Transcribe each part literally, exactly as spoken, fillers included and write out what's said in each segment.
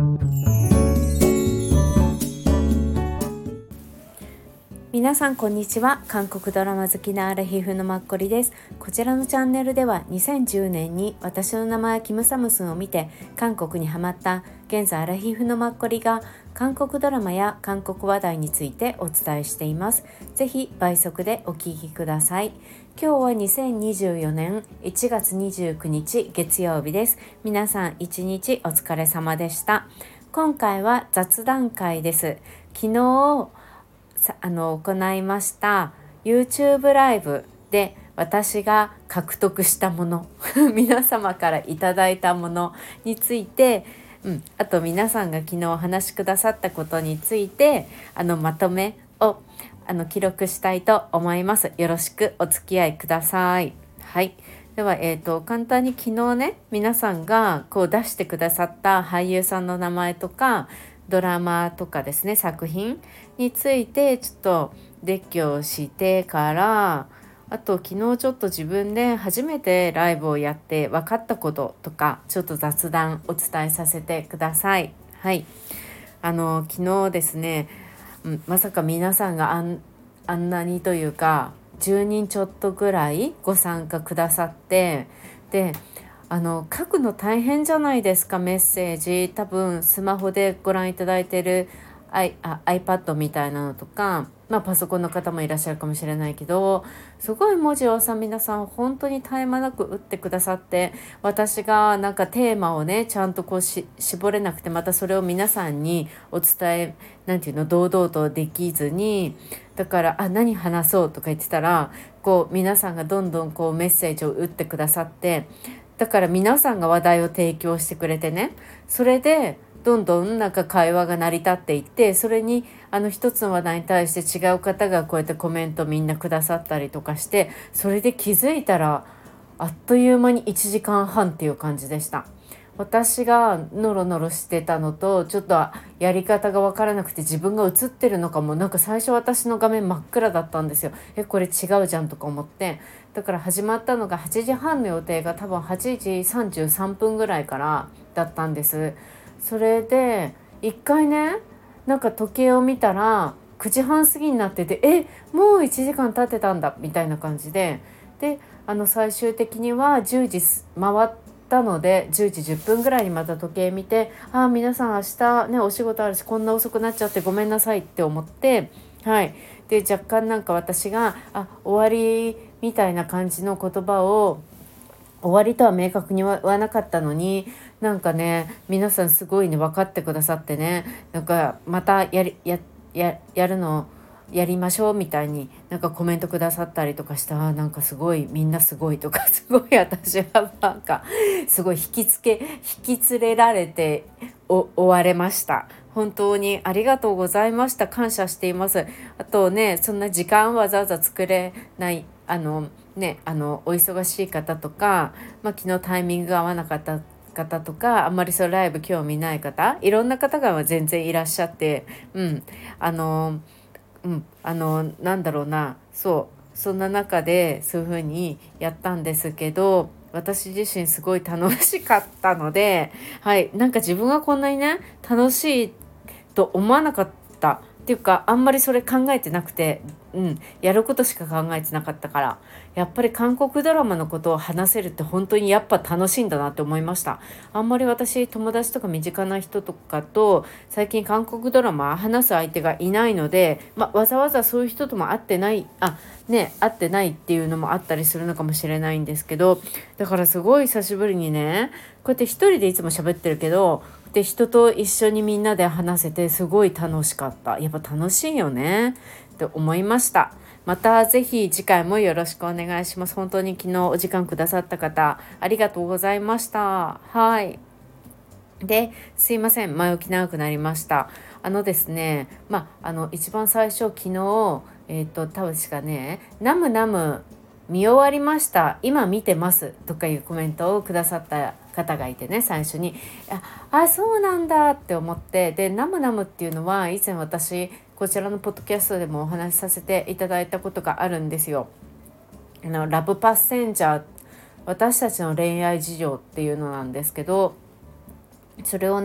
皆さんこんにちは。韓国ドラマ好きなアラヒフのマッコリです。こちらのチャンネルではにせんじゅうねんに私の名前キムサムスンを見て韓国にハマった現在アラヒフのマッコリが韓国ドラマや韓国話題についてお伝えしています。ぜひ倍速でお聞きください。今日はにせんにじゅうよねんいちがつにじゅうくにち月曜日です。皆さん一日お疲れ様でした。今回は雑談会です。昨日あの行いました YouTube ライブで私が獲得したもの皆様からいただいたものについて、うん、あと皆さんが昨日お話しくださったことについてあのまとめをあの記録したいと思います。よろしくお付き合いください。はい、では、えーと、簡単に昨日ね皆さんがこう出してくださった俳優さんの名前とかドラマとかですね作品についてちょっと列挙してから、あと昨日ちょっと自分で初めてライブをやって分かったこととかちょっと雑談お伝えさせてください。はい、あの昨日ですね、うん、まさか皆さんがあん、あんなにというかじゅうにんちょっとぐらいご参加くださって、であの書くの大変じゃないですか。メッセージ多分スマホでご覧いただいている I、あ iPad みたいなのとか、まあ、パソコンの方もいらっしゃるかもしれないけど、すごい文字をさ皆さん本当に絶え間なく打ってくださって、私がなんかテーマをねちゃんとこうし絞れなくて、またそれを皆さんにお伝えなんていうの堂々とできずに、だからあ何話そうとか言ってたらこう皆さんがどんどんこうメッセージを打ってくださって、だから皆さんが話題を提供してくれてね、それでどんどんなんか会話が成り立っていって、それにあの一つの話題に対して違う方がこうやってコメントみんなくださったりとかして、それで気づいたらあっという間にいちじかんはんっていう感じでした。私がノロノロしてたのとちょっとやり方が分からなくて自分が映ってるのかも、なんか最初私の画面真っ暗だったんですよ。えこれ違うじゃんとか思って、だから始まったのがはちじはんの予定が多分はちじさんじゅうさんぷんぐらいからだったんです。それで一回ねなんか時計を見たらくじはん過ぎになってて、えもういちじかん経ってたんだみたいな感じで、であの最終的にはじゅうじ回ったのでじゅうじじゅっぷんぐらいにまた時計見て、あ皆さん明日ねお仕事あるしこんな遅くなっちゃってごめんなさいって思って、はいで若干なんか私があ終わりみたいな感じの言葉を終わりとは明確に言わなかったのに、なんかね皆さんすごいね分かってくださってね、なんかまたやりやややるのやりましょうみたいになんかコメントくださったりとかした。なんかすごいみんなすごいとかすごい私はなんかすごい引きつけ引き連れられてお終われました。本当にありがとうございました。感謝しています。あとねそんな時間わざわざ作れないあのねあのお忙しい方とか、まあ、昨日タイミングが合わなかった方とか、あんまりそうライブ興味ない方、いろんな方が全然いらっしゃって、うんあのうん、あのなんだろうな、そうそんな中でそういう風にやったんですけど、私自身すごい楽しかったので、はい、なんか自分がこんなにね楽しいと思わなかったっていうか、あんまりそれ考えてなくて、うん、やることしか考えてなかったから、やっぱり韓国ドラマのことを話せるって本当にやっぱ楽しいんだなって思いました。あんまり私友達とか身近な人とかと最近韓国ドラマ話す相手がいないので、まあ、わざわざそういう人とも会ってないあね会ってないっていうのもあったりするのかもしれないんですけど、だからすごい久しぶりにねこうやって一人でいつも喋ってるけど、で人と一緒にみんなで話せてすごい楽しかった。やっぱ楽しいよねって思いました。またぜひ次回もよろしくお願いします。本当に昨日お時間くださった方ありがとうございました。はい。ですいません前置き長くなりました。あのですねまああの一番最初昨日えっ、ー、と確かねナムナム見終わりました今見てますとかいうコメントをくださった方がいてね、最初にああそうなんだって思って、でナムナムっていうのは以前私こちらのポッドキャストでもお話しさせていただいたことがあるんですよ。あのラブパッセンジャー、私たちの恋愛事情っていうのなんですけど、それをね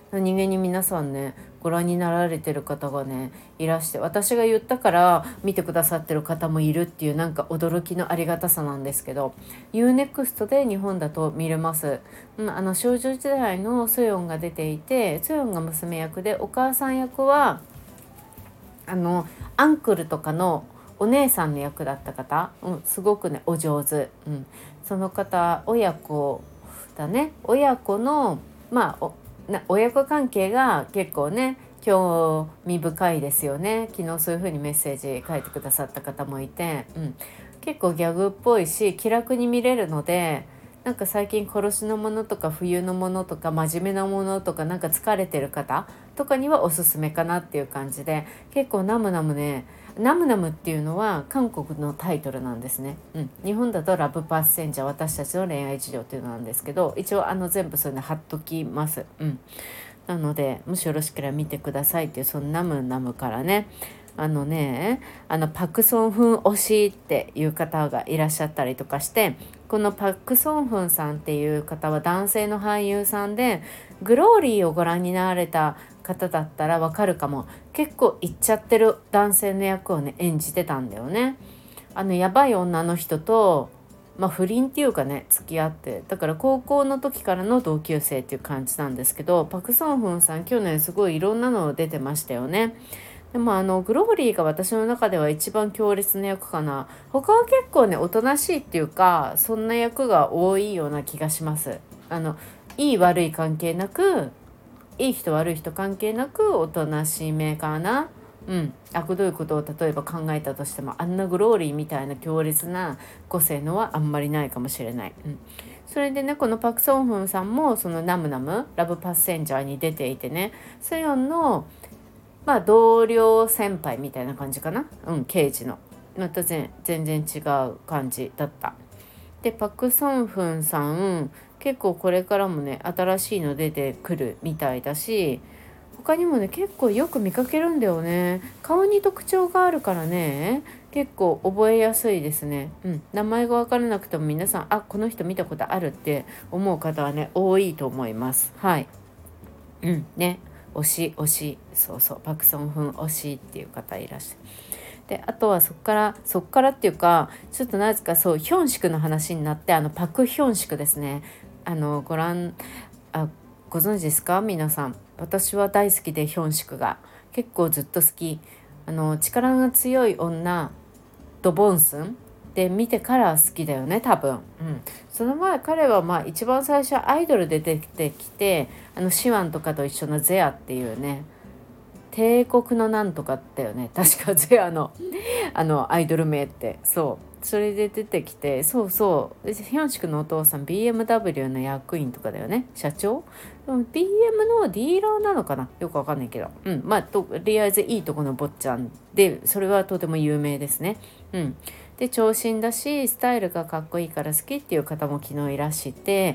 何気に皆さんねご覧になられてる方がねいらして、私が言ったから見てくださってる方もいるっていうなんか驚きのありがたさなんですけど、 ユーネクスト で日本だと見れます。うん、あの少女時代のソヨンが出ていて、ソヨンが娘役でお母さん役はあのアンクルとかのお姉さんの役だった方、うん、すごくねお上手、うん、その方親子だね、親子のまあおな親子関係が結構ね興味深いですよね。昨日そういう風にメッセージ書いてくださった方もいて、うん、結構ギャグっぽいし気楽に見れるので、なんか最近殺しのものとか冬のものとか真面目なものとかなんか疲れてる方とかにはおすすめかなっていう感じで、結構ナムナムね、ナムナムっていうのは韓国のタイトルなんですね、うん、日本だとラブパッセンジャー、私たちの恋愛事情っていうのなんですけど、一応あの全部そういうの貼っときます、うん、なのでもしよろしければ見てくださいっていう、そのナムナムからね、あのねあのパクソンフン推しっていう方がいらっしゃったりとかして、このパクソンフンさんっていう方は男性の俳優さんで、グローリーをご覧になられた方だったらわかるかも、結構いっちゃってる男性の役をね演じてたんだよね。あのやばい女の人とまあ不倫っていうかね付き合って、だから高校の時からの同級生っていう感じなんですけど、パクソンフンさん去年すごいいろんなの出てましたよね。でもあのグローリーが私の中では一番強烈な役かな。他は結構ねおとなしいっていうかそんな役が多いような気がします。あのいい悪い関係なく、いい人悪い人関係なくおとなしめかな。うん、あくどいことを例えば考えたとしてもあんなグローリーみたいな強烈な個性のはあんまりないかもしれない。うん、それでねこのパク・ソンフンさんもそのナムナムラブパッセンジャーに出ていてね、ソヨンのまあ同僚先輩みたいな感じかな、うん、刑事のまた全全然違う感じだった。でパク・ソンフンさん結構これからもね新しいの出てくるみたいだし、他にもね結構よく見かけるんだよね。顔に特徴があるからね結構覚えやすいですね、うん、名前が分からなくても皆さんあこの人見たことあるって思う方はね多いと思います。はい、うんね、推し推しそうそうパクソンフン推しっていう方いらっしゃる。であとはそっからそっからっていうかちょっとなぜかそうヒョンシクの話になって、あのパクヒョンシクですね、あのご覧あご存知ですか皆さん。私は大好きでヒョンシクが結構ずっと好き。あの力が強い女ドボンスンで見てから好きだよね多分、うん、その前彼はまあ一番最初アイドルで出てきて、あのシワンとかと一緒のゼアっていうね帝国のなんとかだよね確かゼアのあのアイドル名って。そうそれで出てきて、そうそうヒョンシクのお父さん ビーエムダブリュー の役員とかだよね、社長。でも ビーエム のディーラーなのかなよくわかんないけど、うんまあとりあえずいいとこの坊ちゃんで、それはとても有名ですね。うんで長身だしスタイルがかっこいいから好きっていう方も昨日いらっしゃって、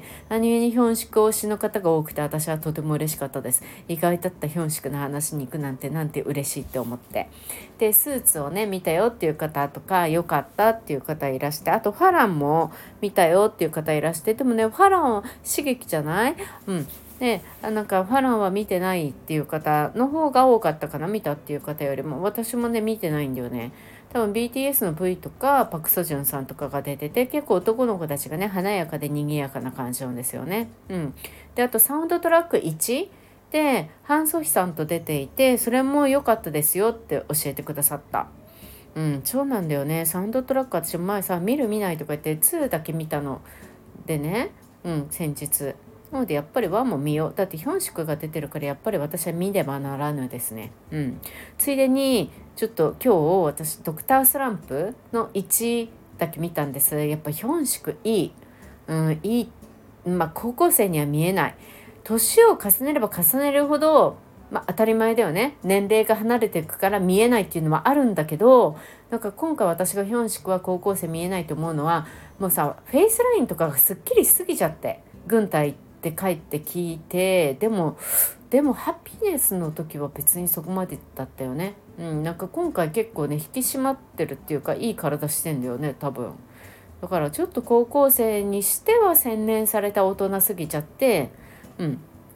何気にヒョンシク推しの方が多くて私はとても嬉しかったです。意外だったヒョンシクの話に行くなんてなんて嬉しいって思って、でスーツをね見たよっていう方とか良かったっていう方いらして、あとファランも見たよっていう方いらして、でもねファランは刺激じゃない、うんでなんかファランは見てないっていう方の方が多かったかな、見たっていう方よりも。私もね見てないんだよね。多分 ビーティーエス の V とかパク・ソジュンさんとかが出てて、結構男の子たちがね華やかで賑やかな感じなんですよね。うん、であとサウンドトラックいちでハン・ソヒさんと出ていて、それも良かったですよって教えてくださった。うん、そうなんだよね。サウンドトラック私前さ見る見ないとか言ってにだけ見たのでね、うん先日。なのでやっぱりワンも見よう。だってヒョンシクが出てるからやっぱり私は見ねばならぬですね。うん。ついでにちょっと今日私ドクタースランプのいちだけ見たんです。やっぱヒョンシクいい。うん、いい。まあ高校生には見えない。年を重ねれば重ねるほど、まあ当たり前だよね。年齢が離れていくから見えないっていうのはあるんだけど、なんか今回私がヒョンシクは高校生見えないと思うのは、もうさフェイスラインとかがすっきりしすぎちゃって、軍隊って帰って聞いて、でもでもハピネスの時は別にそこまでだったよね。うん、なんか今回結構ね引き締まってるっていうかいい体してんだよね多分。だからちょっと高校生にしては洗練された大人すぎちゃって、うん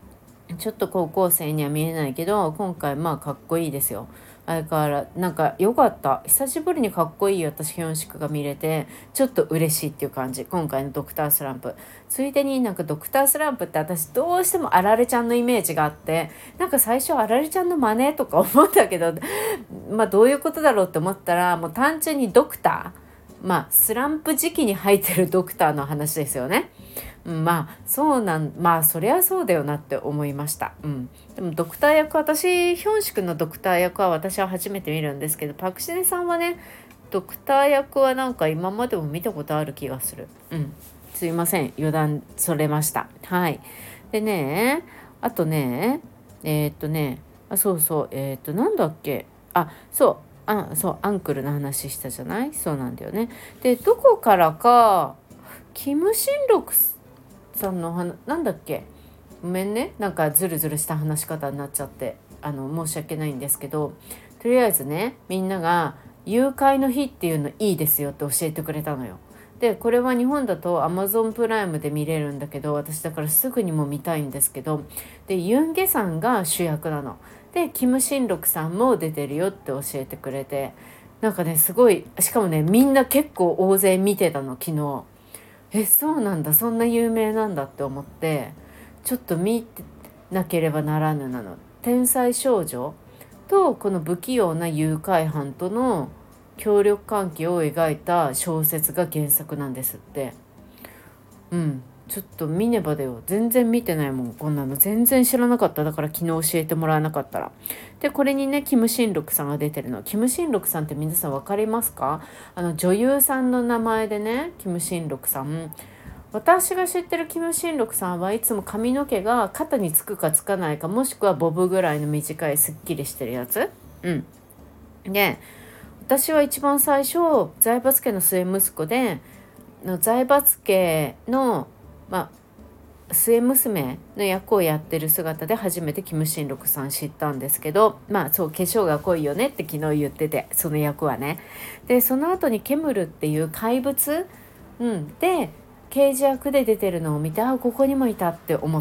ちょっと高校生には見えないけど、今回まあかっこいいですよ。相変わらなんか良かった。久しぶりにかっこいい私ヒョンシクが見れて、ちょっと嬉しいっていう感じ。今回のドクタースランプ。ついでになんかドクタースランプって私どうしてもあられちゃんのイメージがあって、なんか最初あられちゃんの真似とか思ったけど、まあどういうことだろうって思ったら、もう単純にドクター、まあスランプ時期に入ってるドクターの話ですよね。まあそうなんまあそりゃそうだよなって思いました。うん、でもドクター役、私ヒョンシクのドクター役は私は初めて見るんですけど、パクシネさんはねドクター役はなんか今までも見たことある気がする。うん、すいません、余談それました。はい。でね、あとねえー、っとねあそうそうえー、っとなんだっけあそうあそうアンクルの話したじゃない。そうなんだよね。でどこからかキム・シンロクさんの話なんだっけ、ごめんね、なんかズルズルした話し方になっちゃってあの申し訳ないんですけど、とりあえずねみんなが誘拐の日っていうのいいですよって教えてくれたのよ。でこれは日本だと アマゾン プライムで見れるんだけど、私だからすぐにも見たいんですけど、でユンゲさんが主役なので、キム・シンロクさんも出てるよって教えてくれて、なんかねすごい、しかもねみんな結構大勢見てたの昨日。えそうなんだ、そんな有名なんだって思って、ちょっと見なければならぬなの。天才少女とこの不器用な誘拐犯との協力関係を描いた小説が原作なんですって。うん、ちょっと見ねばだよ。全然見てないもん、こんなの全然知らなかった。だから昨日教えてもらわなかったら。でこれにねキム・シンロクさんが出てるの。キム・シンロクさんって皆さん分かりますか？あの女優さんの名前でね、キム・シンロクさん。私が知ってるキム・シンロクさんはいつも髪の毛が肩につくかつかないか、もしくはボブぐらいの短いすっきりしてるやつ。うんで私は一番最初財閥家の末息子での財閥家の、まあ、末娘の役をやってる姿で初めてキム・シンロクさん知ったんですけど、まあそう化粧が濃いよねって昨日言ってて、その役はね。でその後にケムルっていう怪物、うん、で刑事役で出てるのを見て、あここにもいたって思って、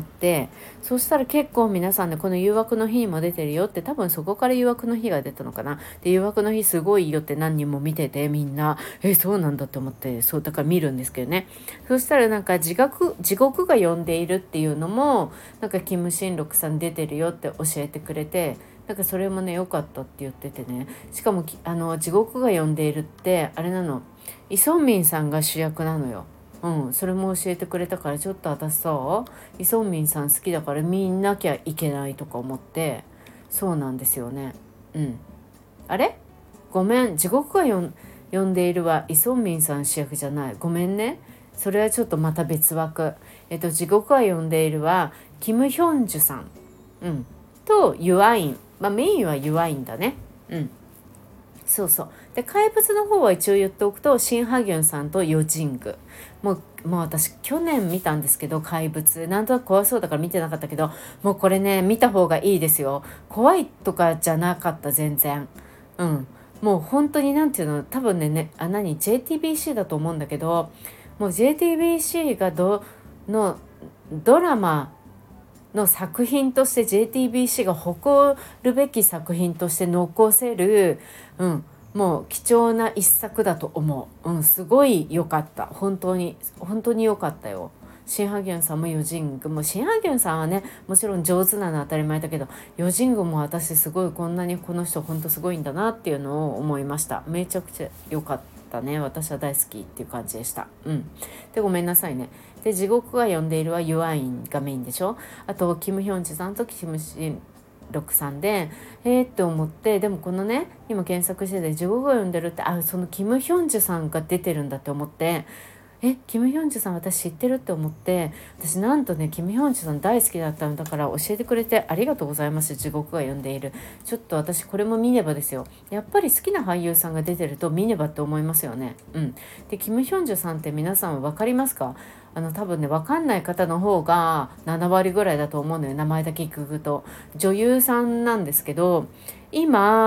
そしたら結構皆さんねこの誘惑の日にも出てるよって、多分そこから誘惑の日が出たのかな。で誘惑の日すごいよって何人も見てて、みんなえそうなんだって思って、そうだから見るんですけどね。そしたらなんか地獄地獄が呼んでいるっていうのもなんかキム・シンロクさん出てるよって教えてくれて、なんかそれもね良かったって言っててね。しかもあの地獄が呼んでいるってあれなの、イ・ソンミンさんが主役なのよ。うん、それも教えてくれたから、ちょっと私さイ・ソンミンさん好きだから見なきゃいけないとか思って、そうなんですよね。うん、あれごめん、地獄がよん呼んでいるはイ・ソンミンさん主役じゃない、ごめんね、それはちょっとまた別枠。えっと地獄が呼んでいるはキム・ヒョンジュさん、うん、とユアイン、まあメインはユアインだね。うんそうそう。で怪物の方は一応言っておくと、シン・ハギュンさんとヨジング。もうもう私去年見たんですけど、怪物なんとなく怖そうだから見てなかったけど、もうこれね見た方がいいですよ。怖いとかじゃなかった、全然。うんもう本当になんていうの、多分ねねあ何 ジェーティービーシー だと思うんだけど、もう ジェーティービーシー がどのドラマの作品として ジェーティービーシー が誇るべき作品として残せる、うん、もう貴重な一作だと思う。うん、すごい良かった。本当に本当に良かったよ。シン・ハギュンさんもヨジングも、シン・ハギュンさんはねもちろん上手なのは当たり前だけど、ヨジングも私すごい、こんなにこの人本当すごいんだなっていうのを思いました。めちゃくちゃ良かったね。私は大好きっていう感じでした。うんでごめんなさいね。で地獄が呼んでいるはユアインがメインでしょ。あとキム・ヒョンジさんとキム・シンロクさんで、えーって思って、でもこのね今検索してて地獄が呼んでるって、あそのキム・ヒョンジさんが出てるんだって思って、えキム・ヒョンジさん私知ってるって思って、私なんとねキム・ヒョンジさん大好きだったのだから教えてくれてありがとうございます。地獄が呼んでいる、ちょっと私これも見ねばですよ。やっぱり好きな俳優さんが出てると見ねばって思いますよね。うんでキム・ヒョンジさんって皆さん分かりますか？あの多分ね分かんない方の方がなな割ぐらいだと思うのよ、名前だけ聞くと。女優さんなんですけど、今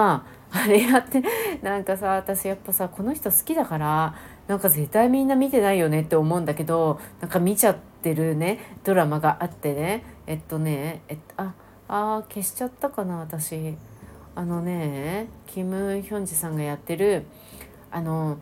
あれやってなんかさ、私やっぱさこの人好きだからなんか絶対みんな見てないよねって思うんだけど、なんか見ちゃってるねドラマがあってね、えっとねえっとああー消しちゃったかな私。あのねキム・ヒョンジさんがやってるあの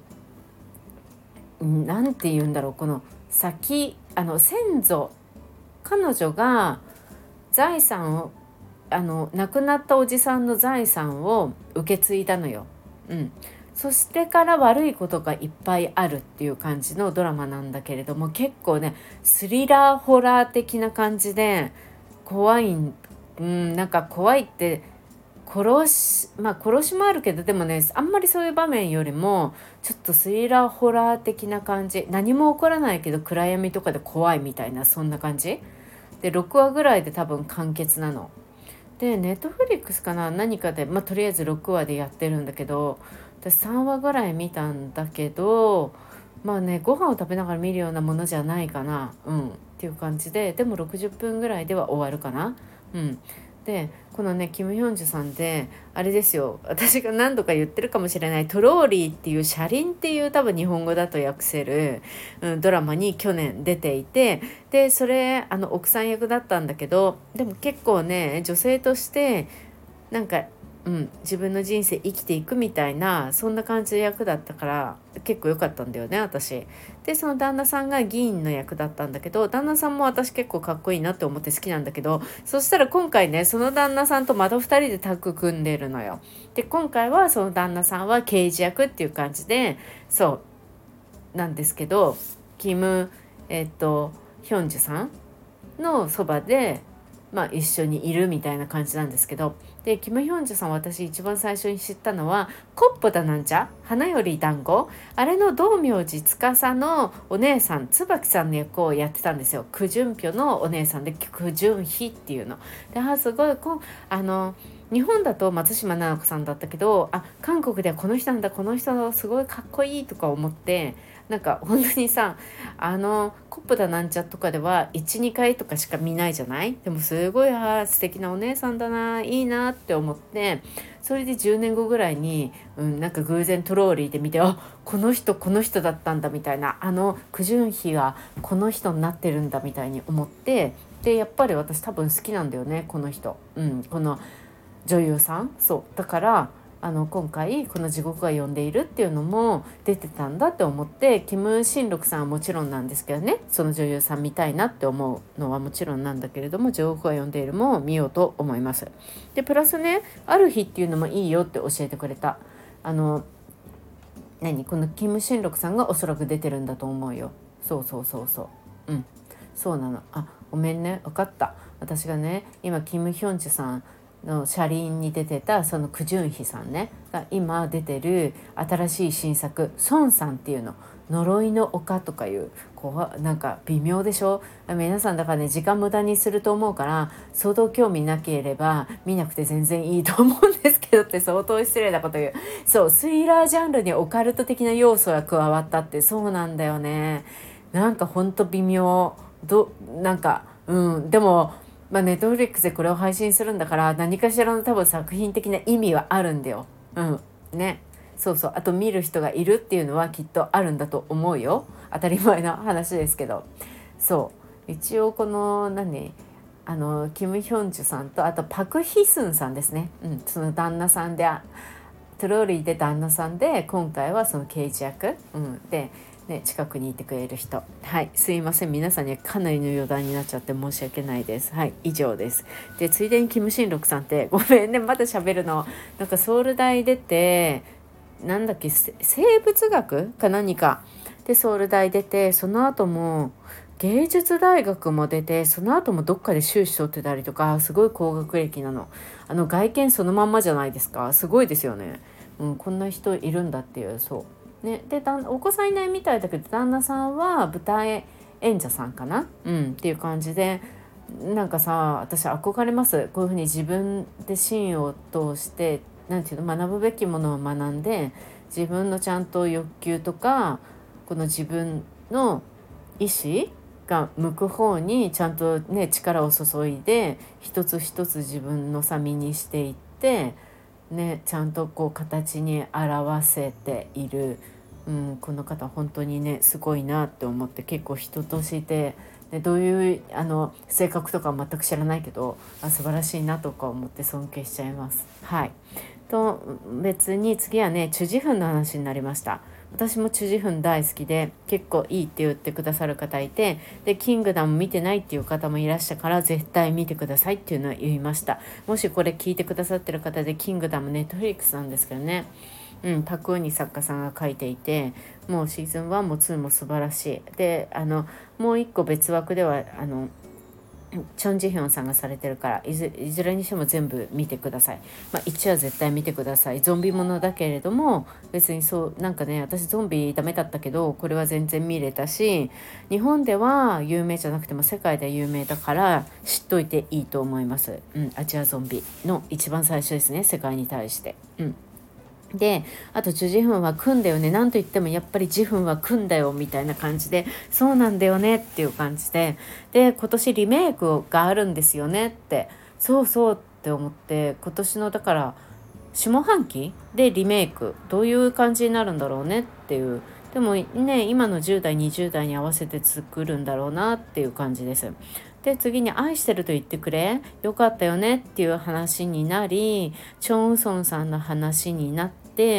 なんて言うんだろう、この先あの先祖、彼女が財産をあの亡くなったおじさんの財産を受け継いだのよ。うん、そしてから悪いことがいっぱいあるっていう感じのドラマなんだけれども、結構ねスリラーホラー的な感じで怖い、うん、なんか怖いって殺しまあ殺しもあるけど、でもねあんまりそういう場面よりもちょっとスリラーホラー的な感じ、何も起こらないけど暗闇とかで怖いみたいな、そんな感じでろくわぐらいで多分完結なの。でネットフリックスかな何かで、まあ、とりあえずろくわでやってるんだけど、私さんわぐらい見たんだけど、まあねご飯を食べながら見るようなものじゃないかな、うんっていう感じで、でもろくじゅっぷんぐらいでは終わるかな。うんでこのねキム・ヒョンジュさんってあれですよ、私が何度か言ってるかもしれないトローリーっていう車輪っていう多分日本語だと訳せる、うん、ドラマに去年出ていて、でそれあの奥さん役だったんだけど、でも結構ね女性としてなんか、うん、自分の人生生きていくみたいなそんな感じの役だったから結構良かったんだよね私。でその旦那さんが議員の役だったんだけど、旦那さんも私結構かっこいいなって思って好きなんだけど、そしたら今回ねその旦那さんとまたふたりでタッグ組んでるのよ。で今回はその旦那さんは刑事役っていう感じでそうなんですけど、キムえっとヒョンジュさんのそばで、まあ、一緒にいるみたいな感じなんですけど、でキム・ヒョンジュさん私一番最初に知ったのはコッポだなんちゃ花より団子、あれの道明寺司のお姉さん椿さんの役をやってたんですよ。クジュンピョのお姉さんでクジュンヒっていうので、あすごいこあの日本だと松島菜々子さんだったけど、あ韓国ではこの人なんだ、この人すごいかっこいいとか思って、なんか本当にさあのコップだなんちゃとかではいちにかいとかしか見ないじゃない。でもすごいあ素敵なお姉さんだないいなって思って、それでじゅうねんごぐらいに、うん、なんか偶然トローリーで見て、あこの人この人だったんだみたいな、あのクジュンヒがこの人になってるんだみたいに思って、でやっぱり私多分好きなんだよねこの人、うん、この女優さん。そうだからあの今回この地獄が呼んでいるっていうのも出てたんだって思って、キム・シンロクさんはもちろんなんですけどね、その女優さん見たいなって思うのはもちろんなんだけれども、地獄が呼んでいるも見ようと思います。でプラスねある日っていうのもいいよって教えてくれた。あの何このキム・シンロクさんがおそらく出てるんだと思うよ。そうそうそうそううんそうなの。あごめんね分かった。私がね今キム・ヒョンジュさんの車輪に出てたそのクジュンヒさんねが今出てる新しい新作ソンさんっていうの、呪いの丘とかいう、こうなんか微妙でしょ。皆さんだからね時間無駄にすると思うから相当興味なければ見なくて全然いいと思うんですけどって相当失礼なこと言う。そうスリラージャンルにオカルト的な要素が加わったって、そうなんだよね。なんかほんと微妙どなんかうんでもまあ、ネットフリックスでこれを配信するんだから何かしらの多分作品的な意味はあるんだよ。うんねそうそう、あと見る人がいるっていうのはきっとあるんだと思うよ。当たり前の話ですけど、そう一応この何あのキム・ヒョンジュさんとあとパク・ヒスンさんですね、うん、その旦那さんでトローリーで旦那さんで今回はその刑事役、うん、でね、近くにいてくれる人。はいすいません皆さんにはかなりの余談になっちゃって申し訳ないです。はい以上です。でついでにキム・シンロクさんってごめんねまだ喋るの、なんかソウル大出てなんだっけ生物学か何かでソウル大出て、その後も芸術大学も出て、その後もどっかで修士取ってたりとか、すごい高学歴なの。あの外見そのまんまじゃないですか。すごいですよね、うん、こんな人いるんだっていう。そうね、でだお子さんいないみたいだけど旦那さんは舞台演者さんかな、うん、っていう感じで、なんかさ私憧れます。こういうふうに自分でシーンを通してなんていうの学ぶべきものを学んで、自分のちゃんと欲求とかこの自分の意思が向く方にちゃんとね力を注いで一つ一つ自分のさ身にしていって、 ねちゃんとこう形に表せている、うん、この方本当にねすごいなって思って、結構人として、ね、どういうあの性格とかは全く知らないけど、あ素晴らしいなとか思って尊敬しちゃいます。はい。と別に次はねチュジフンの話になりました。私もチュジフン大好きで結構いいって言ってくださる方いて、でキングダム見てないっていう方もいらしたから絶対見てくださいっていうのは言いました。もしこれ聞いてくださってる方でキングダムネットフリックスなんですけどね、うん、パク・ウニ作家さんが書いていて、もうシーズンワンもツーも素晴らしい。であのもう一個別枠ではあのチョン・ジヒョンさんがされてるから、いずいずれにしても全部見てください。まあ、いちわ絶対見てください。ゾンビものだけれども別にそうなんかね、私ゾンビダメだったけどこれは全然見れたし、日本では有名じゃなくても世界で有名だから知っといていいと思います。うん、アジアゾンビの一番最初ですね、世界に対して。うんで、あとジュジフンは組んだよね、なんといってもやっぱりジフンは組んだよみたいな感じで、そうなんだよねっていう感じで、で今年リメイクがあるんですよねって、そうそうって思って、今年のだから下半期でリメイクどういう感じになるんだろうねっていう、でもね今のじゅう代にじゅう代に合わせて作るんだろうなっていう感じです。で次に愛してると言ってくれよかったよねっていう話になり、チョンウソンさんの話になって、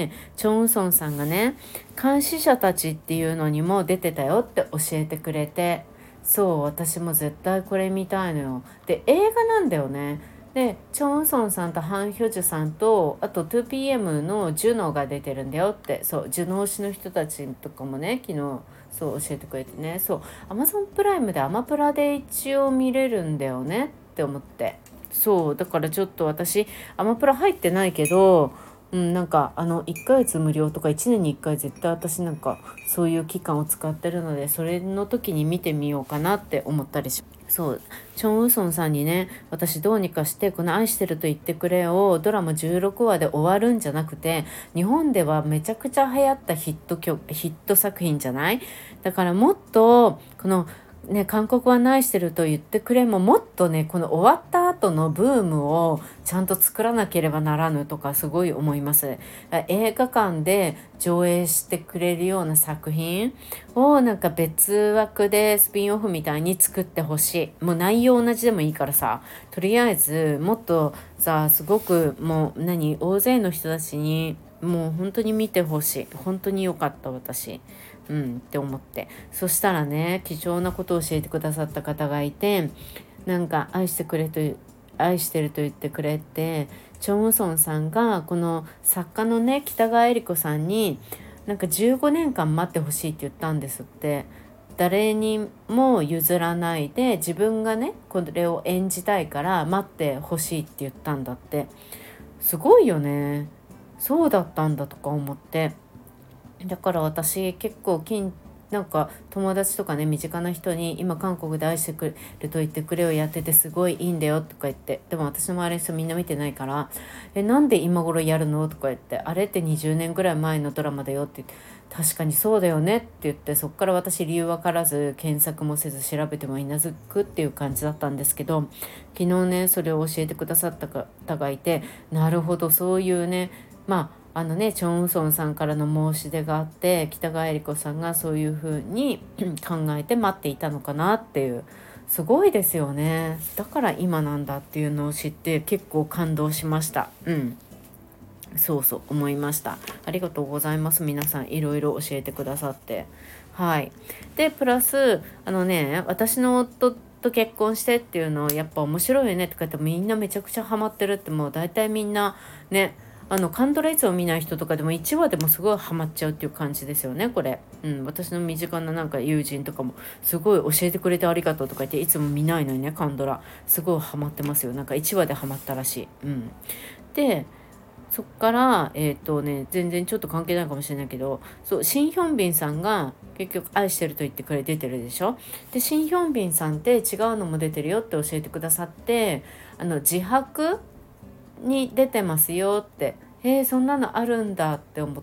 チョンウソンさんがね監視者たちっていうのにも出てたよって教えてくれて、そう私も絶対これ見たいのよ。で映画なんだよね。でチョン・ウソンさんとハン・ヒョジュさんとあと ツーピーエム のジュノが出てるんだよって、そうジュノ推しの人たちとかもね昨日そう教えてくれてね、そうアマゾンプライムでアマプラで一応見れるんだよねって思って、そうだからちょっと私アマプラ入ってないけど、うん、なんかあのいっかげつ無料とかいちねんにいっかい絶対私なんかそういう期間を使ってるので、それの時に見てみようかなって思ったりします。そうチョン・ウソンさんにね、私どうにかしてこの愛してると言ってくれをドラマじゅうろくわで終わるんじゃなくて、日本ではめちゃくちゃ流行ったヒット曲ヒット作品じゃない。だからもっとこのね、韓国は愛してると言ってくれももっとねこの終わった後のブームをちゃんと作らなければならぬとかすごい思います。映画館で上映してくれるような作品をなんか別枠でスピンオフみたいに作ってほしい。もう内容同じでもいいからさ、とりあえずもっとさすごくもう何大勢の人たちにもう本当に見てほしい。本当に良かった私。うんって思って、そしたらね貴重なことを教えてくださった方がいて、なんか愛してくれと愛してると言ってくれて、チョン・ウソンさんがこの作家のね北川恵理子さんになんかじゅうごねんかん待ってほしいって言ったんですって。誰にも譲らないで自分がねこれを演じたいから待ってほしいって言ったんだって。すごいよね。そうだったんだとか思って、だから私結構近なんか友達とかね身近な人に今韓国で愛してくれると言ってくれをやっててすごいいいんだよとか言って、でも私の周りの人みんな見てないから、えなんで今頃やるのとか言って、あれってにじゅうねんぐらい前のドラマだよって言って、確かにそうだよねって言って、そっから私理由分からず検索もせず調べてもいなずくっていう感じだったんですけど、昨日ねそれを教えてくださった方がいて、なるほどそういうね、まああのねチョン・ウソンさんからの申し出があって北川恵理子さんがそういう風に考えて待っていたのかなっていう、すごいですよね。だから今なんだっていうのを知って結構感動しました。うんそうそう思いました。ありがとうございます。皆さんいろいろ教えてくださって。はい。でプラスあのね私の夫と結婚してっていうのやっぱ面白いよねとか言ってみんなめちゃくちゃハマってるって、もう大体みんなねあのカンドラいつも見ない人とかでもいちわでもすごいハマっちゃうっていう感じですよねこれ。うん、私の身近ななんか友人とかもすごい教えてくれてありがとうとか言っていつも見ないのにねカンドラすごいハマってますよ。なんかいちわでハマったらしい。うん、でそっからえっ、とね全然ちょっと関係ないかもしれないけど、そうシン・ヒョンビンさんが結局愛してると言ってくれ出てるでしょ。でシン・ヒョンビンさんって違うのも出てるよって教えてくださって、あの自白に出てますよって、へえそんなのあるんだって思って、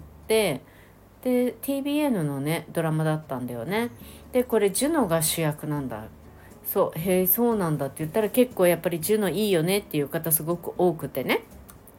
で ティービーエヌ のねドラマだったんだよね。でこれジュノが主役なんだ。そうへえそうなんだって言ったら結構やっぱりジュノいいよねっていう方すごく多くてね。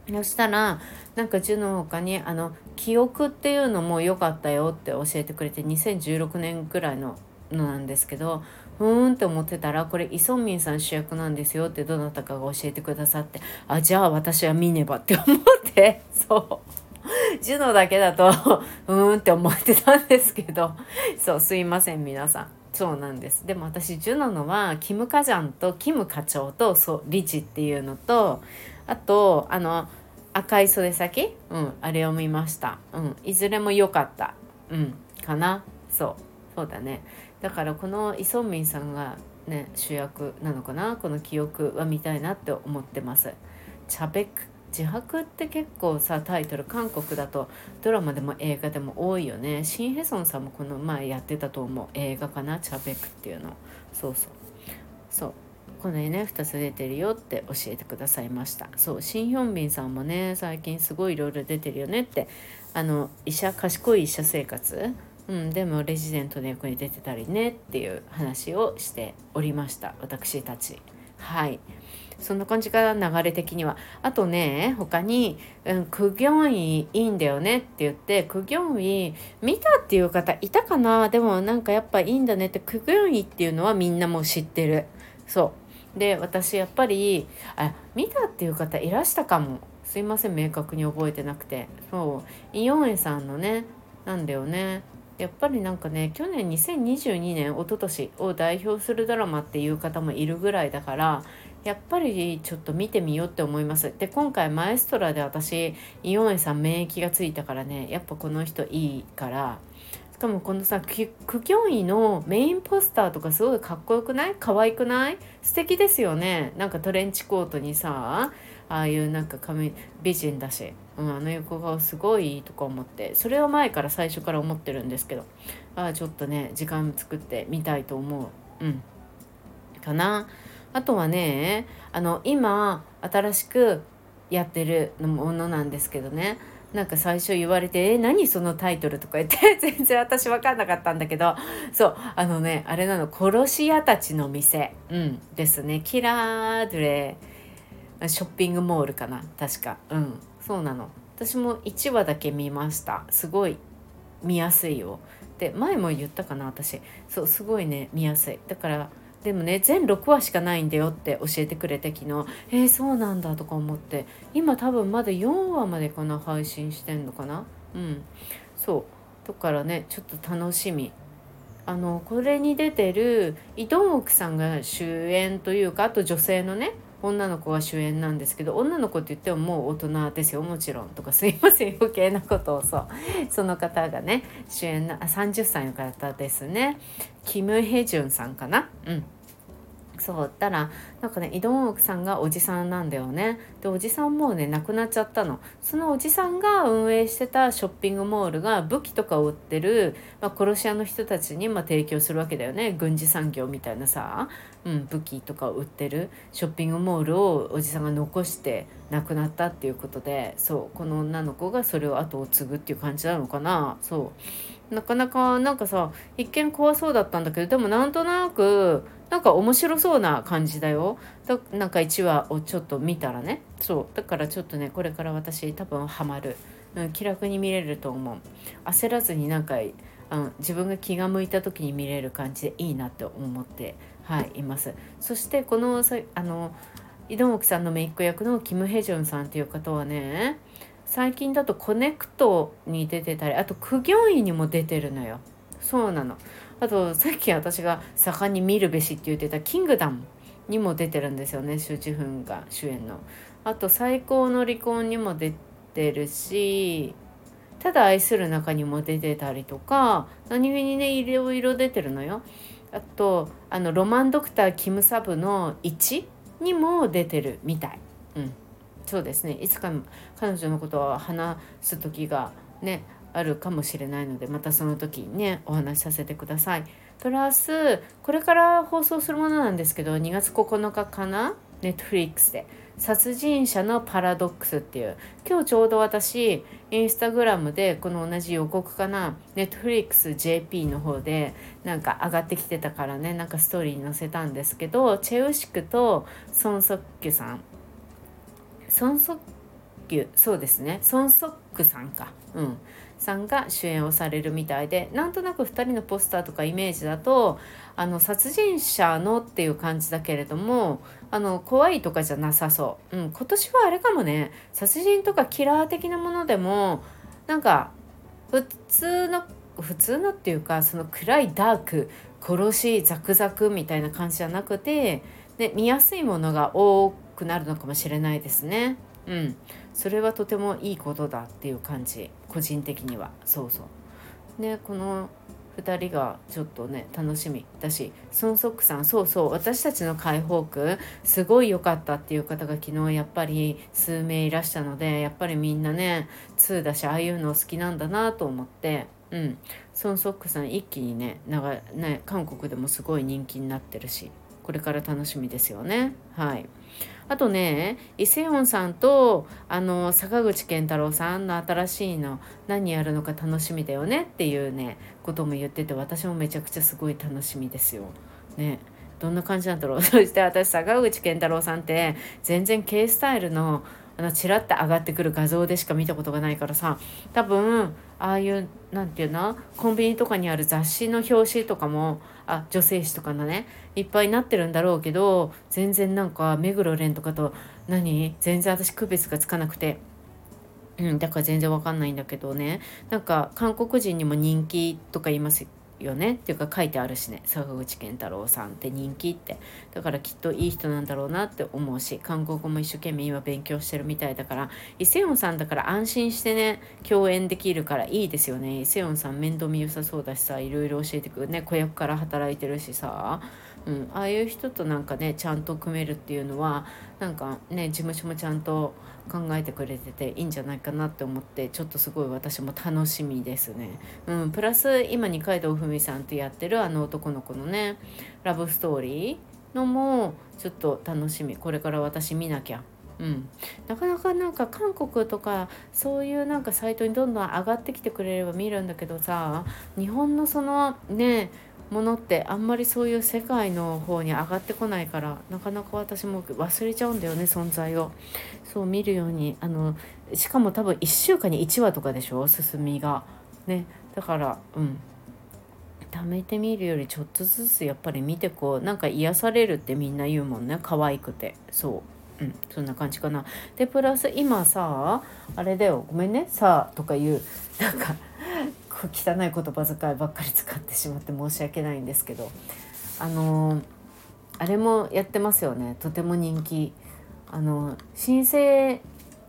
そしたらなんかジュの他にあの記憶っていうのも良かったよって教えてくれて、にせんじゅうろくねんぐらいののなんですけど、ふーんって思ってたら、これイ・ソンミンさん主役なんですよってどなたかが教えてくださって、あ、じゃあ私は見ねばって思ってそうジュノだけだとうーんって思ってたんですけど、そうすいません皆さん、そうなんです。でも私ジュノのはキム・カジャンとキム課長とそうリチっていうのと、あとあの赤い袖先、うん、あれを見ました。うん、いずれも良かった。うん、かな。そう、そうだね。だからこのイ・ソンミンさんがね主役なのかな。この記憶は見たいなって思ってます。チャベク自白って結構さタイトル韓国だとドラマでも映画でも多いよね。シン・ヘソンさんもこの前やってたと思う映画かな、チャベクっていうの。そうそうそうこの絵ねふたつ出てるよって教えてくださいました。そうシン・ヒョンビンさんもね最近すごいいろいろ出てるよねって、あの医者賢い医者生活、うん、でもレジデントの役に出てたりねっていう話をしておりました私たち。はい、そんな感じかな流れ的には。あとね他に、うん、クギョンイいいんだよねって言って、クギョンイ見たっていう方いたかな。でもなんかやっぱいいんだねって、クギョンイっていうのはみんなもう知ってる。そうで私やっぱりあ見たっていう方いらしたかも。すいません明確に覚えてなくて。そうイ・ヨンエさんのねなんだよね。やっぱりなんかね去年にせんにじゅうにねん一昨年を代表するドラマっていう方もいるぐらいだから、やっぱりちょっと見てみようって思います。で今回マエストラで私イ・ヨンエさん免疫がついたからね、やっぱこの人いいから。しかもこのさクキョンイのメインポスターとかすごいかっこよくない？可愛くない？素敵ですよね。なんかトレンチコートにさああいうなんか髪美人だし、うん、あの横顔すごいいいとか思って、それは前から最初から思ってるんですけど、あちょっとね時間作ってみたいと思う。うんかな。あとはねあの今新しくやってるものなんですけどね、なんか最初言われて「え何そのタイトル」とか言って全然私分かんなかったんだけど、そうあのねあれなの、殺し屋たちの店、うんですね。キラードレショッピングモールかな確か。うんそうなの。私もいちわだけ見ました。すごい見やすいよ。で前も言ったかな私。そうすごいね見やすい。だからでもね全ろくわしかないんだよって教えてくれて昨日、えー、そうなんだとか思って、今多分まだよんわまでかな配信してんのかな。うんそうだからねちょっと楽しみ。あのこれに出てるイ・ドンウクさんが主演というか、あと女性のね女の子が主演なんですけど、女の子って言ってももう大人ですよもちろんとか、すいません余計なことを。そうその方がね主演なさんじゅっさいの方ですね。キム・ヘジュンさんかな。うんそうたらなんかねイ・ドンウクさんがおじさんなんだよね。でおじさんもうね亡くなっちゃったの。そのおじさんが運営してたショッピングモールが武器とかを売ってる、まあ、殺し屋の人たちにまあ提供するわけだよね。軍事産業みたいなさ、うん、武器とかを売ってるショッピングモールをおじさんが残して亡くなったっていうことで、そうこの女の子がそれを後を継ぐっていう感じなのかな。そうなかなかなんかさ一見怖そうだったんだけど、でもなんとなくなんか面白そうな感じだよ。だなんかいちわをちょっと見たらね、そうだからちょっとねこれから私多分ハマる、うん、気楽に見れると思う。焦らずになんかあの自分が気が向いた時に見れる感じでいいなって思って、はい、います。そしてこのさあの井戸木さんの姪っ子役のキム・ヘジョンさんっていう方はね最近だとコネクトに出てたり、あとクギョンイにも出てるのよ。そうなの。あとさっき私が盛んに見るべしって言ってたキングダムにも出てるんですよね、シュ・ジフンが主演の。あと最高の離婚にも出てるし、ただ愛する中にも出てたりとか、何気にねいろいろ出てるのよ。あとあのロマンドクターキムサブのいちにも出てるみたい。うんそうですね、いつか彼女のことを話す時がねあるかもしれないので、またその時にねお話しさせてください。プラスこれから放送するものなんですけど、にがつここのかかな、ネットフリックスで殺人者のパラドックスっていう、今日ちょうど私インスタグラムでこの同じ予告かな、ネットフリックス ジェーピー の方でなんか上がってきてたからね、なんかストーリーに載せたんですけど、チェウシクとソン・ソッキュさんソン・ソッキュそうですね、ソン・ソックさんか、うん、さんが主演をされるみたいで、なんとなくふたりのポスターとかイメージだとあの殺人者のっていう感じだけれども、あの怖いとかじゃなさそう、うん、今年はあれかもね、殺人とかキラー的なものでもなんか普通の普通のっていうか、その暗いダーク殺しザクザクみたいな感じじゃなくて、で見やすいものが多くなるのかもしれないですね。うん、それはとてもいいことだっていう感じ、個人的には。そうそうね、このふたりがちょっとね楽しみだし、ソンソックさん、そうそう、私たちの解放区すごい良かったっていう方が昨日やっぱり数名いらしたので、やっぱりみんなねにだし、ああいうの好きなんだなと思って、うん、ソンソックさん一気にね長ね韓国でもすごい人気になってるし、これから楽しみですよね。はい。あとね、イセヨンさんとあの坂口健太郎さんの新しいの何やるのか楽しみだよねっていうねことも言ってて、私もめちゃくちゃすごい楽しみですよ。ね、どんな感じなんだろう。そして私坂口健太郎さんって全然 K スタイルのあのチラッと上がってくる画像でしか見たことがないからさ、多分ああいうなんていうの、コンビニとかにある雑誌の表紙とかも、あ女性誌とかのねいっぱいになってるんだろうけど、全然なんか目黒蓮とかと何全然私区別がつかなくて、うん、だから全然わかんないんだけどね、なんか韓国人にも人気とか言いますよねっていうか書いてあるしね、坂口健太郎さんって人気って、だからきっといい人なんだろうなって思うし、韓国語も一生懸命今勉強してるみたいだから、イセヨンさんだから安心してね共演できるからいいですよね。イセヨンさん面倒見良さそうだしさ、いろいろ教えてくるね、子役から働いてるしさ、うん、ああいう人となんかねちゃんと組めるっていうのはなんかね事務所もちゃんと考えてくれてていいんじゃないかなって思って、ちょっとすごい私も楽しみですね。うん、プラス今二階堂ふみさんとやってるあの男の子のねラブストーリーのもちょっと楽しみ、これから私見なきゃ。うん、なかなかなんか韓国とかそういうなんかサイトにどんどん上がってきてくれれば見るんだけどさ、日本のそのねものってあんまりそういう世界の方に上がってこないから、なかなか私も忘れちゃうんだよね存在を。そう見るように、あのしかも多分いっしゅうかんにいちわとかでしょ進みがね、だからうん貯めてみるよりちょっとずつやっぱり見てこう、なんか癒されるってみんな言うもんね、可愛くて。そううん、そんな感じかな。でプラス今さあれだよ、ごめんねさあとかいうなんか汚い言葉遣いばっかり使ってしまって申し訳ないんですけど、あのー、あれもやってますよね、とても人気。あの新生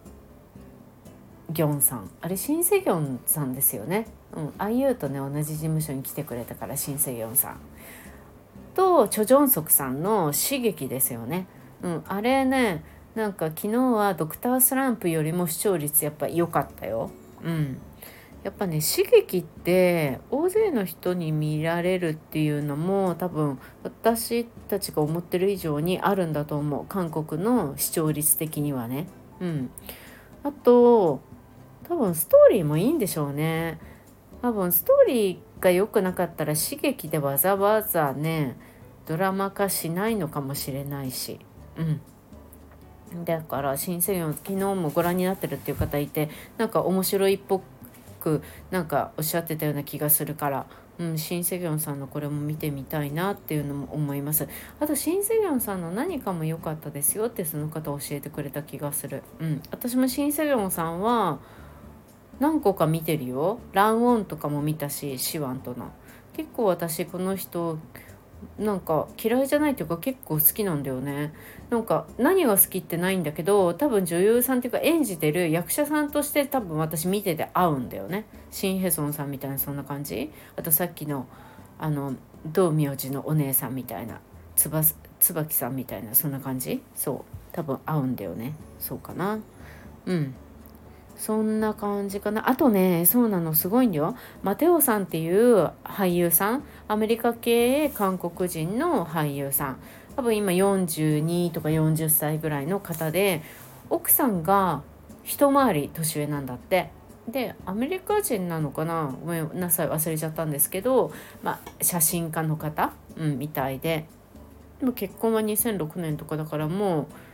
ギョンさん、あれ新生ギョンさんですよね。うん、アイユー とね同じ事務所に来てくれたから新生ギョンさんとチョ・ジョンソクさんの刺激ですよね。うん、あれねなんか昨日はドクタースランプよりも視聴率やっぱ良かったよ。うん、やっぱね刺激って大勢の人に見られるっていうのも多分私たちが思ってる以上にあるんだと思う、韓国の視聴率的にはね。うん、あと多分ストーリーもいいんでしょうね。多分ストーリーが良くなかったら刺激でわざわざねドラマ化しないのかもしれないし、うんだから新世紀昨日もご覧になってるっていう方いて、なんか面白いっぽくなんかおっしゃってたような気がするから、うん、シン・セギョンさんのこれも見てみたいなっていうのも思います。あとシン・セギョンさんの何かも良かったですよってその方教えてくれた気がする。うん、私もシン・セギョンさんは何個か見てるよ。ランウォンとかも見たし、シワンとの結構私この人なんか嫌いじゃないっていうか結構好きなんだよね。なんか何が好きってないんだけど、多分女優さんっていうか演じてる役者さんとして多分私見てて合うんだよね。シン・ヘソンさんみたいなそんな感じ。あとさっきのあの道明寺のお姉さんみたいなつば椿さんみたいなそんな感じ。そう多分合うんだよね。そうかな。うんそんな感じかな。あとね、そうなのすごいんだよ。マテオさんっていう俳優さん、アメリカ系韓国人の俳優さん。多分今よんじゅうにとかよんじゅっさいぐらいの方で、奥さんが一回り年上なんだって。で、アメリカ人なのかな、ごめんなさい忘れちゃったんですけど、まあ写真家の方、うん、みたいで。でも結婚はにせんろくねんとかだからもう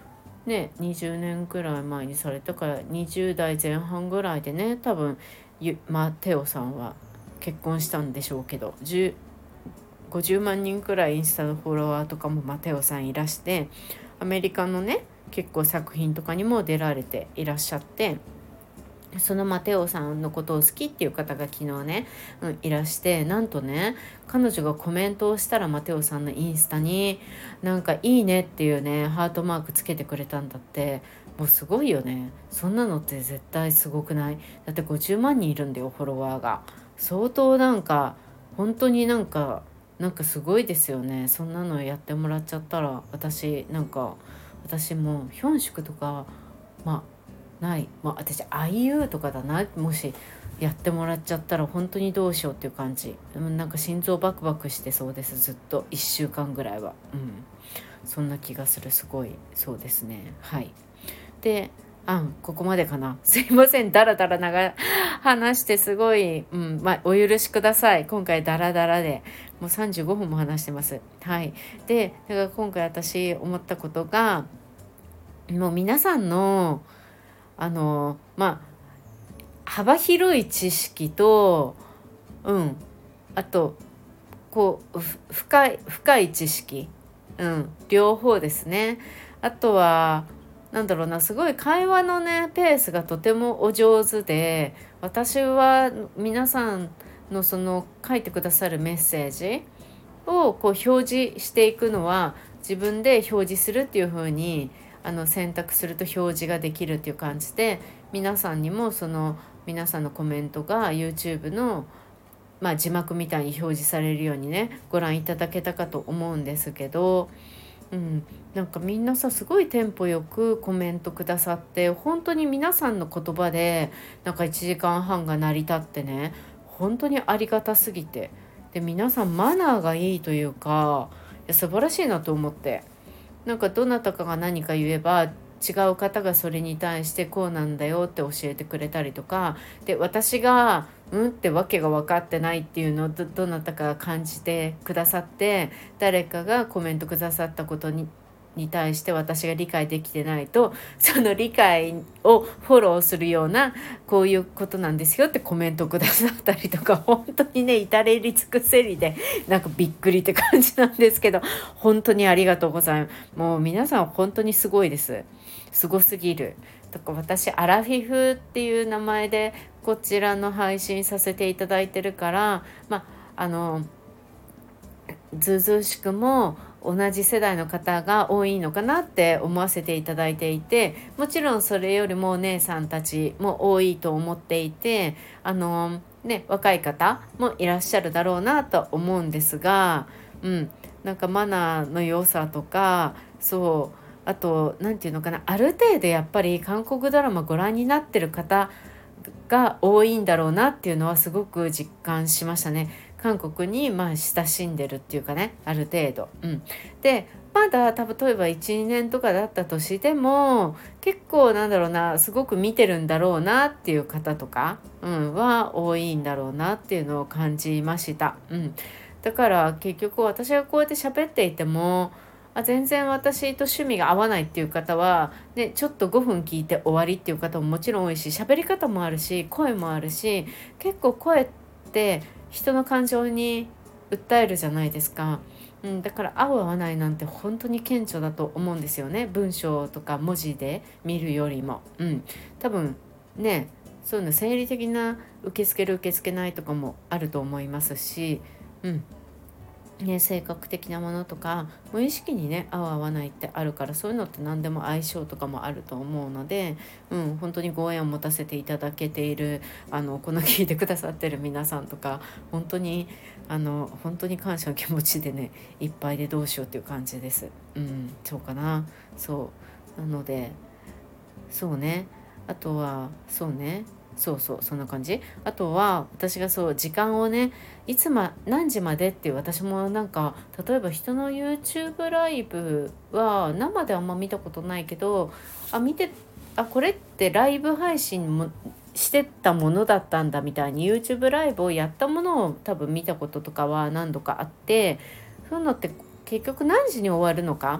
ねにじゅうねんくらい前にされたからにじゅう代前半ぐらいでね、多分マテオさんは結婚したんでしょうけど、ごじゅうまん人くらいインスタのフォロワーとかもマテオさんいらして、アメリカのね結構作品とかにも出られていらっしゃって、そのマテオさんのことを好きっていう方が昨日ね、うん、いらして、なんとね彼女がコメントをしたらマテオさんのインスタになんかいいねっていうねハートマークつけてくれたんだって。もうすごいよね。そんなのって絶対すごくない？だってごじゅうまん人いるんだよ、フォロワーが。相当なんか本当になんかなんかすごいですよね。そんなのやってもらっちゃったら、私なんか私もヒョンシクとかまあない、まあ、私 アイユー とかだな、もしやってもらっちゃったら本当にどうしようっていう感じ。なんか心臓バクバクしてそうです、ずっといっしゅうかんぐらいは。うんそんな気がする。すごいそうですね。はいであここまでかな。すいません、ダラダラ長話してすごい、うんまあ、お許しください。今回ダラダラでもうさんじゅうごふんも話してます。はいでだから今回私思ったことが、もう皆さんのあのまあ幅広い知識と、うんあとこう深い深い知識、うん両方ですね。あとはなんだろうな、すごい会話のねペースがとてもお上手で、私は皆さんのその書いてくださるメッセージをこう表示していくのは自分で表示するっていう風にあの選択すると表示ができるっていう感じで、皆さんにもその皆さんのコメントが YouTube のまあ字幕みたいに表示されるようにねご覧いただけたかと思うんですけど、うん、なんかみんなさすごいテンポよくコメントくださって、本当に皆さんの言葉でなんかいちじかんはんが成り立ってね、本当にありがたすぎて、で皆さんマナーがいいというか、いや素晴らしいなと思って、なんかどなたかが何か言えば違う方がそれに対してこうなんだよって教えてくれたりとかで、私がうんってわけが分かってないっていうのを ど, どなたかが感じてくださって、誰かがコメントくださったことにに対して私が理解できてないと、その理解をフォローするようなこういうことなんですよってコメントくださったりとか、本当にね至れり尽くせりでなんかびっくりって感じなんですけど、本当にありがとうございます。もう皆さん本当にすごいです。すごすぎる。だから私アラフィフっていう名前でこちらの配信させていただいてるから、まああのずうずうしくも同じ世代の方が多いのかなって思わせていただいていて、もちろんそれよりもお姉さんたちも多いと思っていて、あのね若い方もいらっしゃるだろうなと思うんですが、うんなんかマナーの良さとか、そうあと何て言うのかな、ある程度やっぱり韓国ドラマご覧になってる方が多いんだろうなっていうのはすごく実感しましたね。韓国にまあ親しんでるっていうかね、ある程度、うん、でまだ多分例えばいちにねんとかだったとしても結構なんだろうな、すごく見てるんだろうなっていう方とか、うん、は多いんだろうなっていうのを感じました、うん、だから結局私がこうやって喋っていてもあ全然私と趣味が合わないっていう方は、ね、ちょっとごふん聞いて終わりっていう方ももちろん多いし、喋り方もあるし声もあるし、結構声って人の感情に訴えるじゃないですか、うん、だから合う合わないなんて本当に顕著だと思うんですよね。文章とか文字で見るよりも、うん、多分ねそういうの生理的な受け付ける受け付けないとかもあると思いますし、うんね、性格的なものとか無意識にね合う合わないってあるから、そういうのって何でも相性とかもあると思うので、うん、本当にご縁を持たせていただけているあのこの聞いてくださってる皆さんとか本当にあの本当に感謝の気持ちでねいっぱいでどうしようっていう感じです。うん、そうかな。そうなのでそうねあとはそうねそうそうそんな感じ。あとは私がそう時間をねいつま何時までっていう、私もなんか例えば人の YouTube ライブは生であんま見たことないけど、あ見てあこれってライブ配信もしてたものだったんだみたいに YouTube ライブをやったものを多分見たこととかは何度かあって、そういうのって結局何時に終わるのか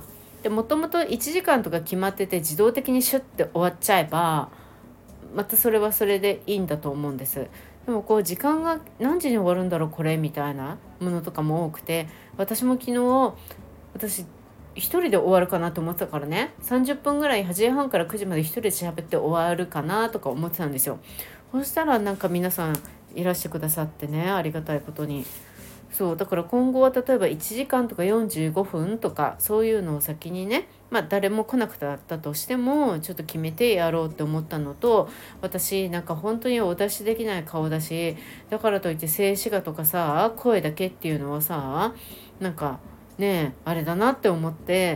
でもともといちじかんとか決まってて自動的にシュッて終わっちゃえばまたそれはそれでいいんだと思うんです。でもこう時間が何時に終わるんだろうこれみたいなものとかも多くて、私も昨日私一人で終わるかなと思ってたからね、さんじゅっぷんぐらいはちじはんからくじまで一人で喋って終わるかなとか思ってたんですよ。そしたらなんか皆さんいらしてくださってね、ありがたいことに。そうだから今後は例えばいちじかんとかよんじゅうごふんとかそういうのを先にね、まあ誰も来なくなったとしてもちょっと決めてやろうって思ったのと、私なんか本当にお出しできない顔だし、だからといって静止画とかさ声だけっていうのはさなんかねあれだなって思って、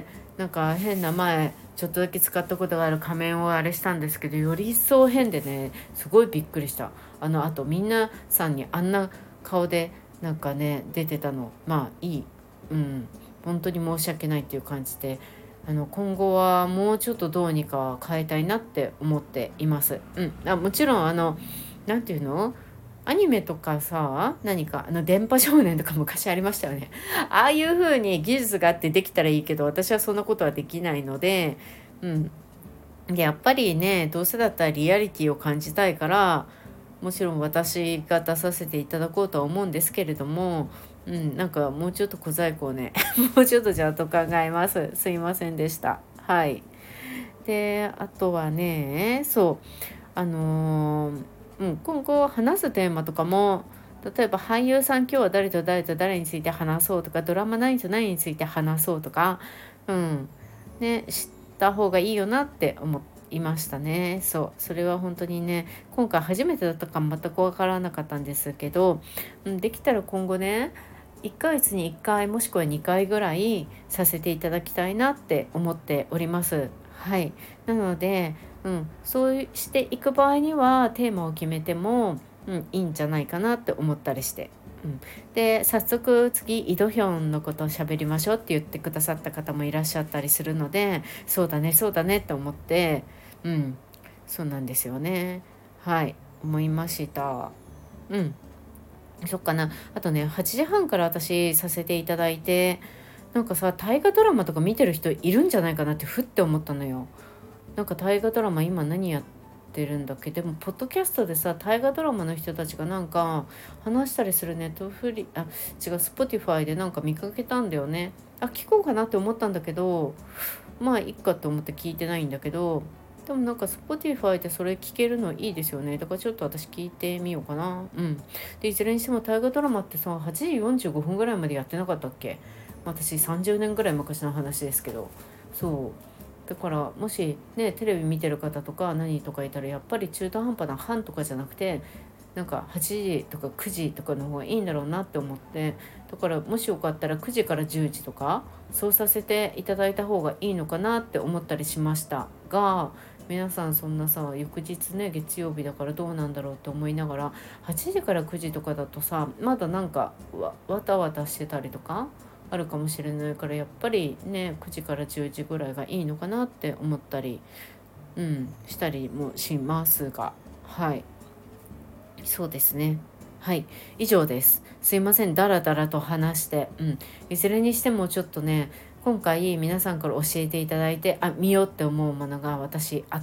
なんか変な前ちょっとだけ使ったことがある仮面をあれしたんですけど、より一層変でねすごいびっくりした。あのあとみんなさんにあんな顔でなんかね出てたのまあいい、うん本当に申し訳ないっていう感じで、あの今後はもうちょっとどうにか変えたいなって思っています。うん、あもちろんあのなんていうのアニメとかさ何かあの電波少年とか昔ありましたよね。ああいう風に技術があってできたらいいけど、私はそんなことはできないので、うんでやっぱりねどうせだったらリアリティを感じたいから、もちろん私が出させていただこうとは思うんですけれども、うん、なんかもうちょっと小細工をねもうちょっとちゃんと考えます。すいませんでした。はい。であとはねそうあのーうん、今後話すテーマとかも、例えば俳優さん今日は誰と誰と誰について話そうとか、ドラマ何と何について話そうとか、うんね、知った方がいいよなって思いましたね。そうそれは本当にね今回初めてだったか全く分からなかったんですけど、うん、できたら今後ねいっかげつにいっかいもしくはにかいぐらいさせていただきたいなって思っております。はい。なので、うん、そうしていく場合にはテーマを決めても、うん、いいんじゃないかなって思ったりして。うん、で早速次イドヒョンのことを喋りましょうって言ってくださった方もいらっしゃったりするので、そうだねそうだねって思って、うん、そうなんですよね。はい思いました。うんそっかな。あとねはちじはんから私させていただいて、なんかさ大河ドラマとか見てる人いるんじゃないかなってふって思ったのよ。なんか大河ドラマ今何やってるんだっけ。でもポッドキャストでさ大河ドラマの人たちがなんか話したりするネットフリあ違うスポティファイでなんか見かけたんだよね。あ聞こうかなって思ったんだけど、まあいっかと思って聞いてないんだけど、でもなんか Spotify でそれ聞けるのいいですよね。だからちょっと私聞いてみようかな。うん。でいずれにしても大河ドラマってさはちじよんじゅうごふんぐらいまでやってなかったっけ。私さんじゅうねんぐらい昔の話ですけど、そうだからもしねテレビ見てる方とか何とかいたらやっぱり中途半端な半とかじゃなくて、なんかはちじとかくじとかの方がいいんだろうなって思って、だからもしよかったらくじからじゅうじとかそうさせていただいた方がいいのかなって思ったりしましたが、皆さんそんなさ翌日ね月曜日だからどうなんだろうって思いながら、はちじからくじとかだとさまだなんかわわたわたしてたりとかあるかもしれないから、やっぱりねくじからじゅうじぐらいがいいのかなって思ったり、うん、したりもしますが、はいそうですね。はい、以上です。すいません、だらだらと話して、うん、いずれにしてもちょっとね、今回皆さんから教えていただいて、あ、見ようって思うものが私あって、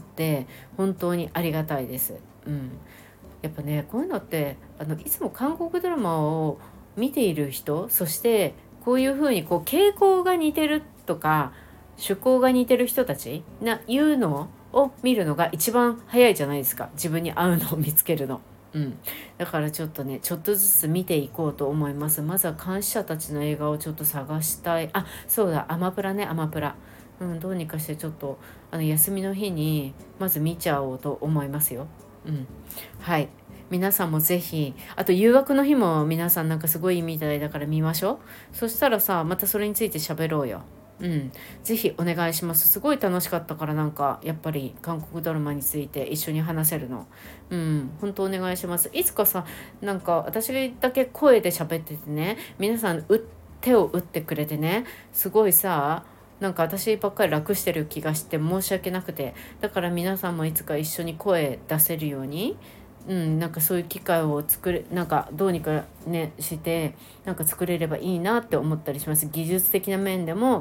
本当にありがたいです。うん、やっぱね、こういうのってあのいつも韓国ドラマを見ている人、そしてこういうふうにこう傾向が似てるとか趣向が似てる人たちないうのを見るのが一番早いじゃないですか。自分に合うのを見つけるの。うん、だからちょっとねちょっとずつ見ていこうと思います。まずは監視者たちの映画をちょっと探したい。あそうだアマプラねアマプラ、うん、どうにかしてちょっとあの休みの日にまず見ちゃおうと思いますよ。うん、はい皆さんもぜひ、あと誘惑の日も皆さんなんかすごいいいみたいだから見ましょう。そしたらさまたそれについて喋ろうよ。うん、ぜひお願いします。すごい楽しかったから、なんかやっぱり韓国ドラマについて一緒に話せるの、うん、本当お願いします。いつかさなんか私だけ声で喋っててね、皆さんう手を打ってくれてね、すごいさなんか私ばっかり楽してる気がして申し訳なくて、だから皆さんもいつか一緒に声出せるように、うん、なんかそういう機会を作れなんかどうにかねしてなんか作れればいいなって思ったりします。技術的な面でも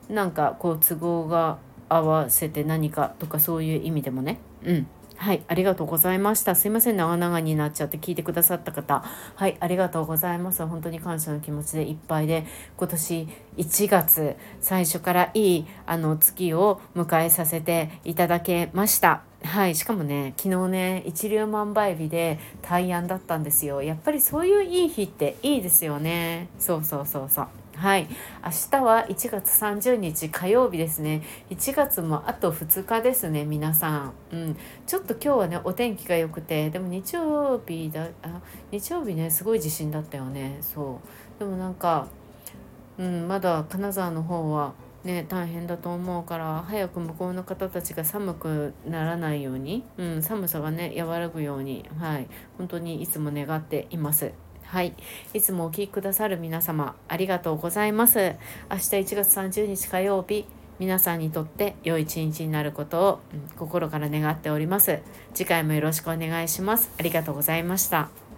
なんかこう都合が合わせて何かとかそういう意味でもね。うんはい、ありがとうございました。すいません、長々になっちゃって聞いてくださった方、はい、ありがとうございます。本当に感謝の気持ちでいっぱいで、今年いちがつ最初からいいあの月を迎えさせていただけました。はい、しかもね、昨日ね、一粒万倍日で大安だったんですよ。やっぱりそういういい日っていいですよね。そうそうそうそう。はい、明日はいちがつさんじゅうにち火曜日ですね。いちがつもあとふつかですね、皆さん。うん、ちょっと今日はねお天気が良くて、でも日曜日だあ日曜日ねすごい地震だったよね。そうでもなんか、うん、まだ金沢の方はね大変だと思うから、早く向こうの方たちが寒くならないように、うん、寒さがね和らぐように、はい、本当にいつも願っています。はい、いつもお聞きくださる皆様ありがとうございます。明日いちがつさんじゅうにち火曜日、皆さんにとって良い一日になることを、うん、心から願っております。次回もよろしくお願いします。ありがとうございました。